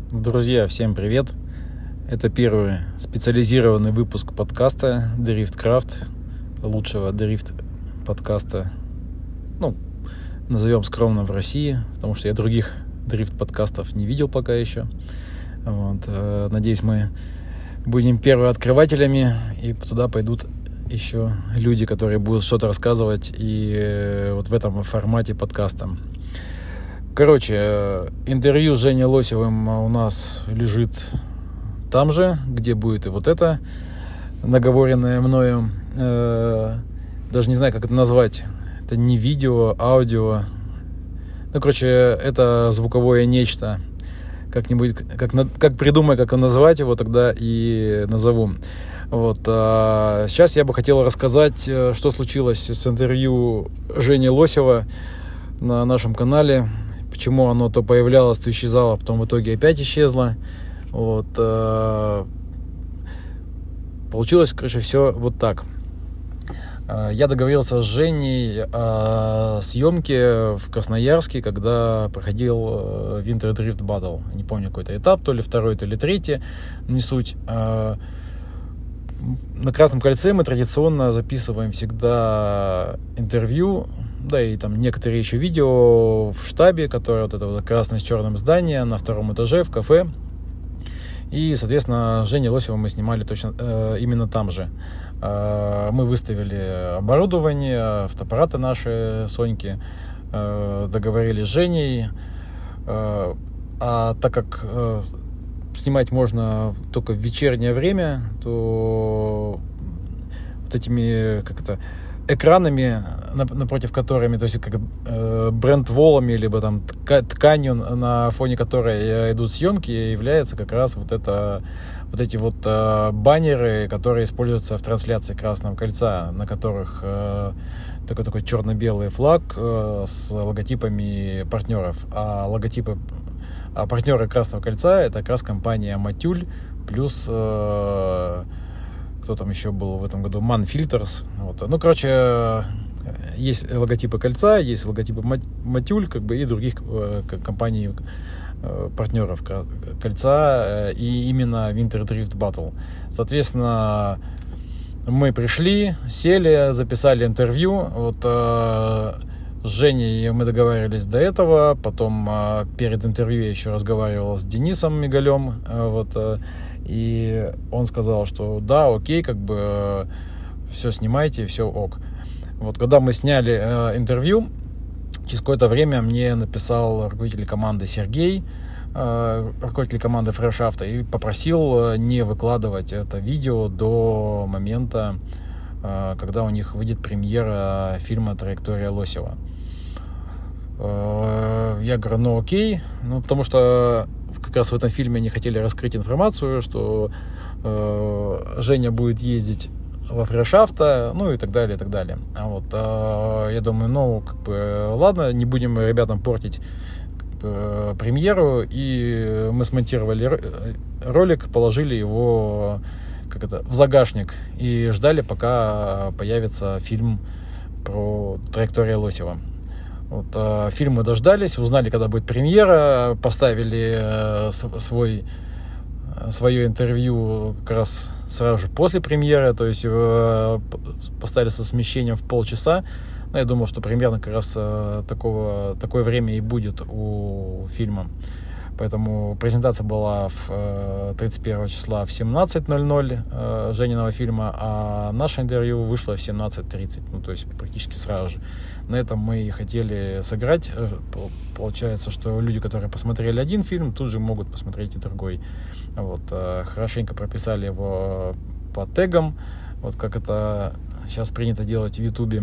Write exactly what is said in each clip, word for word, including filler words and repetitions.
Друзья, всем привет! Это первый специализированный выпуск подкаста Driftcraft, лучшего дрифт подкаста, ну, назовем скромно, в России, потому что я других дрифт подкастов не видел пока еще. Вот. Надеюсь, мы будем первооткрывателями, и туда пойдут еще люди, которые будут что-то рассказывать и вот в этом формате подкаста. Короче, интервью с Женей Лосевым у нас лежит там же, где будет и вот это наговоренное мною. Даже не знаю, как это назвать. Это не видео, аудио. Ну, короче, это звуковое нечто. Как-нибудь, как, как придумаю, как назвать его, тогда и назову. Вот. А сейчас я бы хотел рассказать, что случилось с интервью Жени Лосева на нашем канале. Почему оно то появлялось, то исчезало, потом в итоге опять исчезло. Вот. Получилось, короче, все вот так. Я договорился с Женей о съемке в Красноярске, когда проходил Winter Drift Battle. Не помню, какой-то этап, то ли второй, то ли третий, не суть. На Красном кольце мы традиционно записываем всегда интервью, да и там некоторые еще видео в штабе, которое вот это вот красное с черным здание на втором этаже в кафе. И, соответственно, Женю Лосева мы снимали точно э, именно там же. Э, мы выставили оборудование, фотоаппараты наши, Соньки, э, договорились с Женей. Э, а так как э, снимать можно только в вечернее время, то вот этими, как это, экранами, напротив которыми, то есть как э, бренд-волами, либо там тканью, на фоне которой идут съемки, является как раз вот это, вот эти вот э, баннеры, которые используются в трансляции Красного кольца, на которых э, такой такой черно-белый флаг э, с логотипами партнеров, а логотипы, а партнеры Красного кольца — это как раз компания Матюль плюс э, кто там еще был в этом году, Man Filters. Вот. Ну, короче, есть логотипы кольца, есть логотипы Матюль, как бы, и других э, компаний, э, партнеров кольца, э, и именно Winter Drift Battle. Соответственно, мы пришли, сели, записали интервью. Вот э, с Женей мы договаривались до этого, потом э, перед интервью я еще разговаривал с Денисом Мигалем, э, вот, э, и он сказал, что да, окей, как бы э, все снимайте, все ок. Вот, когда мы сняли э, интервью, через какое-то время мне написал руководитель команды Сергей, э, руководитель команды Фрешафта, и попросил не выкладывать это видео до момента, э, когда у них выйдет премьера фильма «Траектория Лосева». Э, я говорю, ну окей, ну потому что как раз в этом фильме они хотели раскрыть информацию, что э, Женя будет ездить во Фрешафта, ну и так далее, и так далее. А вот э, я думаю, ну, как бы, ладно, не будем ребятам портить как бы, премьеру, и мы смонтировали ролик, положили его как это, в загашник и ждали, пока появится фильм про «Траектория Лосева». Вот, э, фильм мы дождались, узнали, когда будет премьера, поставили э, свой, свое интервью как раз сразу же после премьеры, то есть э, поставили со смещением в полчаса. Но я думал, что примерно как раз э, такого, такое время и будет у фильма. Поэтому презентация была в, э, тридцать первого числа в семнадцать ноль ноль э, Жениного фильма, а наше интервью вышло в семнадцать тридцать, ну то есть практически сразу же. На этом мы и хотели сыграть. Получается, что люди, которые посмотрели один фильм, тут же могут посмотреть и другой. Вот, э, хорошенько прописали его по тегам, вот как это сейчас принято делать в Ютубе.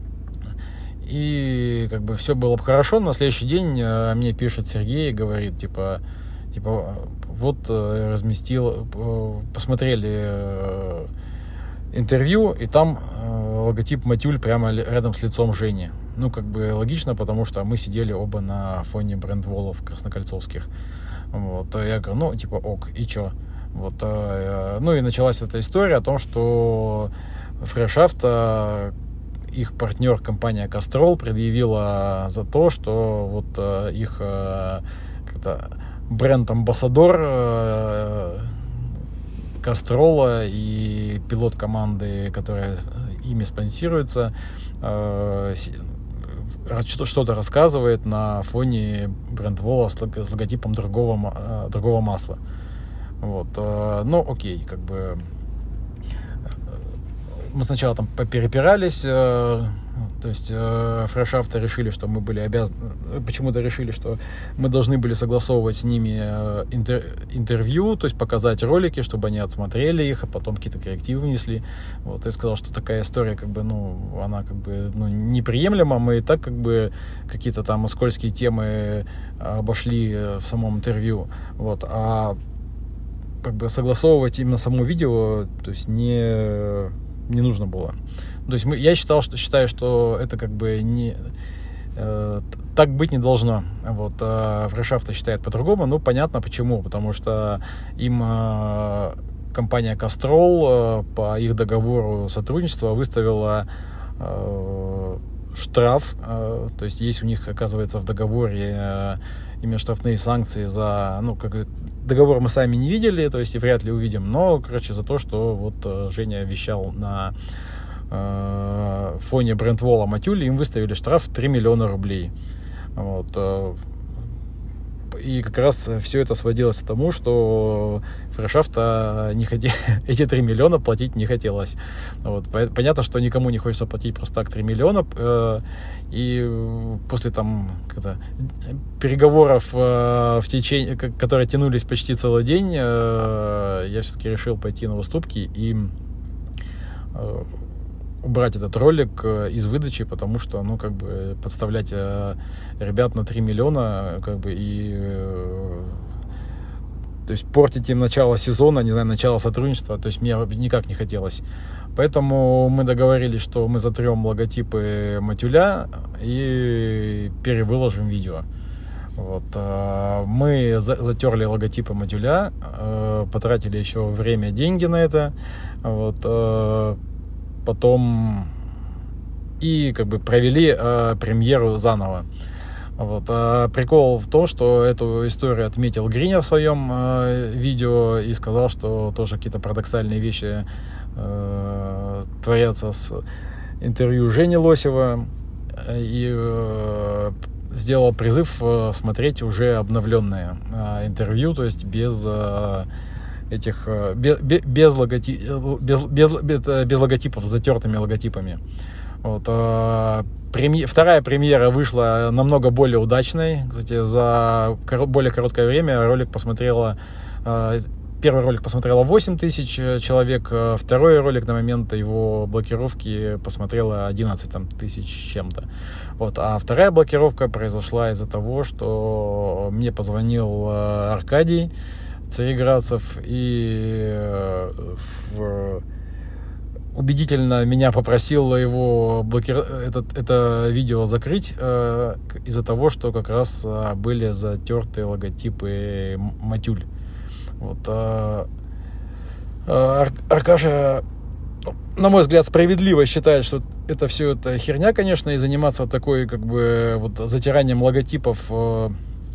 И как бы все было бы хорошо. На следующий день э, мне пишет Сергей и говорит, типа, типа вот э, разместил, э, посмотрели э, интервью, и там э, логотип Матюль прямо рядом с лицом Жени. Ну, как бы логично, потому что мы сидели оба на фоне брендволов краснокольцовских. Вот, я говорю, ну, типа, ок, и чё? Вот, э, ну, и началась эта история о том, что Фрешафта, их партнер, компания Castrol, предъявила за то, что вот их как-то бренд-амбассадор э, Кастрола и пилот команды, которая ими спонсируется, э, что-то рассказывает на фоне брендвола с логотипом другого, другого масла. Вот. Ну, окей, как бы мы сначала там поперепирались, то есть фрешавто решили, что мы были обязаны, почему-то решили, что мы должны были согласовывать с ними интер, интервью, то есть показать ролики, чтобы они отсмотрели их, а потом какие-то коррективы внесли. Вот, я сказал, что такая история, как бы, ну, она как бы, ну, неприемлема, мы и так как бы какие-то там скользкие темы обошли в самом интервью, вот, а как бы согласовывать именно само видео, то есть не, не нужно было. То есть мы, я считал, что, считаю, что это как бы не, э, так быть не должно. Вот, э, фрешавто считает по-другому. Ну, понятно почему. Потому что им э, компания Castrol э, по их договору сотрудничества выставила э, штраф. Э, то есть есть у них, оказывается, в договоре э, именно штрафные санкции за... Ну, как договор мы сами не видели, то есть и вряд ли увидим. Но, короче, за то, что вот э, Женя вещал на... в фоне брендвола Матюли, им выставили штраф три миллиона рублей. Вот. И как раз все это сводилось к тому, что фрешавто не хоти... эти три миллиона платить не хотелось. Вот. Понятно, что никому не хочется платить просто так три миллиона. И после там когда, переговоров в течение, которые тянулись почти целый день, я все-таки решил пойти на уступки и убрать этот ролик из выдачи, потому что, ну, как бы, подставлять э, ребят на три миллиона, как бы, и, э, то есть, портить им начало сезона, не знаю, начало сотрудничества, то есть, мне никак не хотелось. Поэтому мы договорились, что мы затрем логотипы Матюля и перевыложим видео. Вот. Э, мы за- затерли логотипы Матюля, э, потратили еще время, деньги на это, вот, э, потом и как бы провели э, премьеру заново. Вот. А прикол в том, что эту историю отметил Гринер в своем э, видео и сказал, что тоже какие-то парадоксальные вещи э, творятся с интервью Жени Лосева, и э, сделал призыв э, смотреть уже обновленное э, интервью, то есть без э, этих без, без, логотип, без, без, без логотипов, с затертыми логотипами. Вот. Преми... Вторая премьера вышла намного более удачной. Кстати, за более короткое время ролик посмотрело... Первый ролик посмотрело восемь тысяч человек, второй ролик на момент его блокировки посмотрело одиннадцать тысяч чем-то. Вот. А вторая блокировка произошла из-за того, что мне позвонил Аркадий Цареградцев и в... убедительно меня попросил его блокир... этот, это видео закрыть э, из-за того, что как раз э, были затерты логотипы Матюль. Вот, э, э, Аркаша, на мой взгляд, справедливо считает, что это все это херня, конечно, и заниматься такой, как бы, вот, затиранием логотипов э,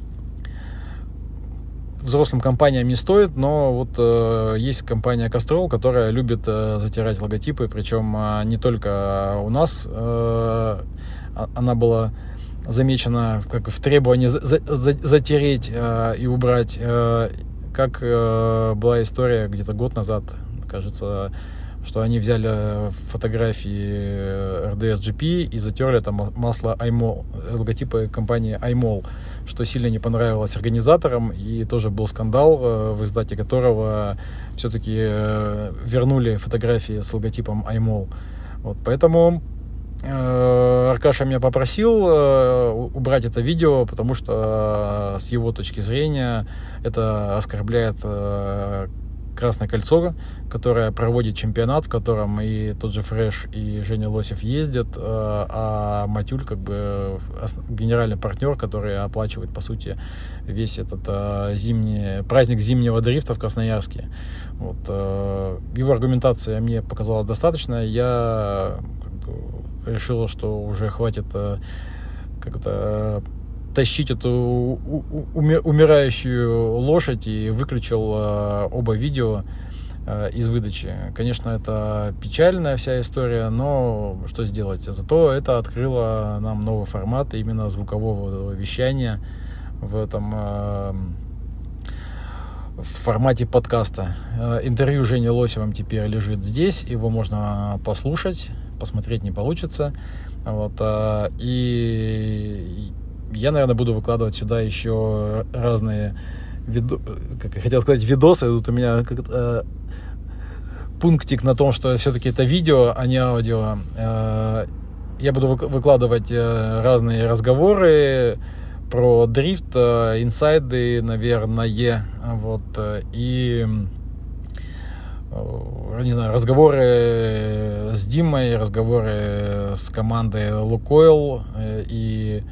взрослым компаниям не стоит, но вот э, есть компания Castrol, которая любит э, затирать логотипы, причем э, не только у нас э, она была замечена как в требовании за, за, затереть э, и убрать, э, как э, была история где-то год назад, кажется, что они взяли фотографии эр ди эс джи пи и затерли там масло iMol, логотипы компании iMol, что сильно не понравилось организаторам, и тоже был скандал, в результате которого все-таки вернули фотографии с логотипом iMol. Вот, поэтому э, Аркаша меня попросил э, убрать это видео, потому что э, с его точки зрения это оскорбляет э, Красное Кольцо, которое проводит чемпионат, в котором и тот же Фреш, и Женя Лосев ездят, а Матюль как бы генеральный партнер, который оплачивает, по сути, весь этот зимний праздник зимнего дрифта в Красноярске. Вот. Его аргументация мне показалась достаточно. Я как бы решил, что уже хватит как-то тащить эту умирающую лошадь и выключил оба видео из выдачи. Конечно, это печальная вся история, но что сделать? Зато это открыло нам новый формат именно звукового вещания в этом в формате подкаста. Интервью Жени Лосевым теперь лежит здесь, его можно послушать, посмотреть не получится. Вот, и я, наверное, буду выкладывать сюда еще разные видо... как я хотел сказать, видосы. Тут у меня как-то пунктик на том, что все-таки это видео, а не аудио. Я буду выкладывать разные разговоры про дрифт, инсайды, наверное, вот, и, не знаю, разговоры с Димой, разговоры с командой Lukoil, и,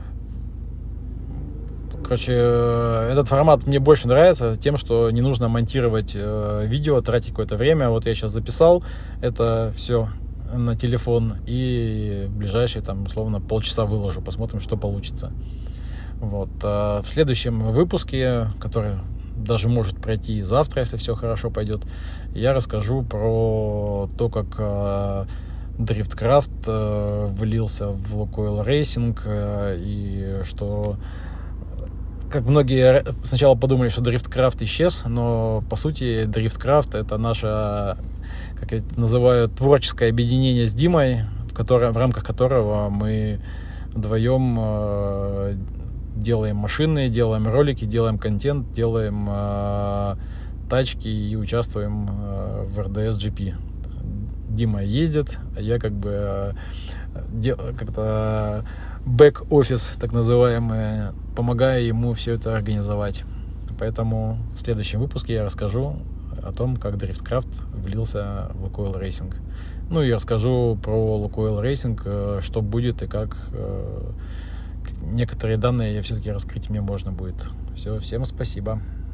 короче, этот формат мне больше нравится тем, что не нужно монтировать видео, тратить какое-то время. Вот я сейчас записал это все на телефон и в ближайшие, там, условно, полчаса выложу, посмотрим, что получится. Вот. В следующем выпуске, который даже может пройти и завтра, если все хорошо пойдет, я расскажу про то, как Driftcraft влился в Lukoil Racing, и что, как многие сначала подумали, что Driftcraft исчез, но по сути Driftcraft — это наше, как я это называю, творческое объединение с Димой, в, котором, в рамках которого мы вдвоем э, делаем машины, делаем ролики, делаем контент, делаем э, тачки и участвуем э, в эр дэ эс джи пи. Дима ездит, а я как бы э, де, как-то бэк-офис, так называемый, помогаю ему все это организовать. Поэтому в следующем выпуске я расскажу о том, как Driftcraft влился в Lukoil Racing. Ну и расскажу про Lukoil Racing, что будет и как. Некоторые данные я все-таки раскрыть мне можно будет. Все, всем спасибо.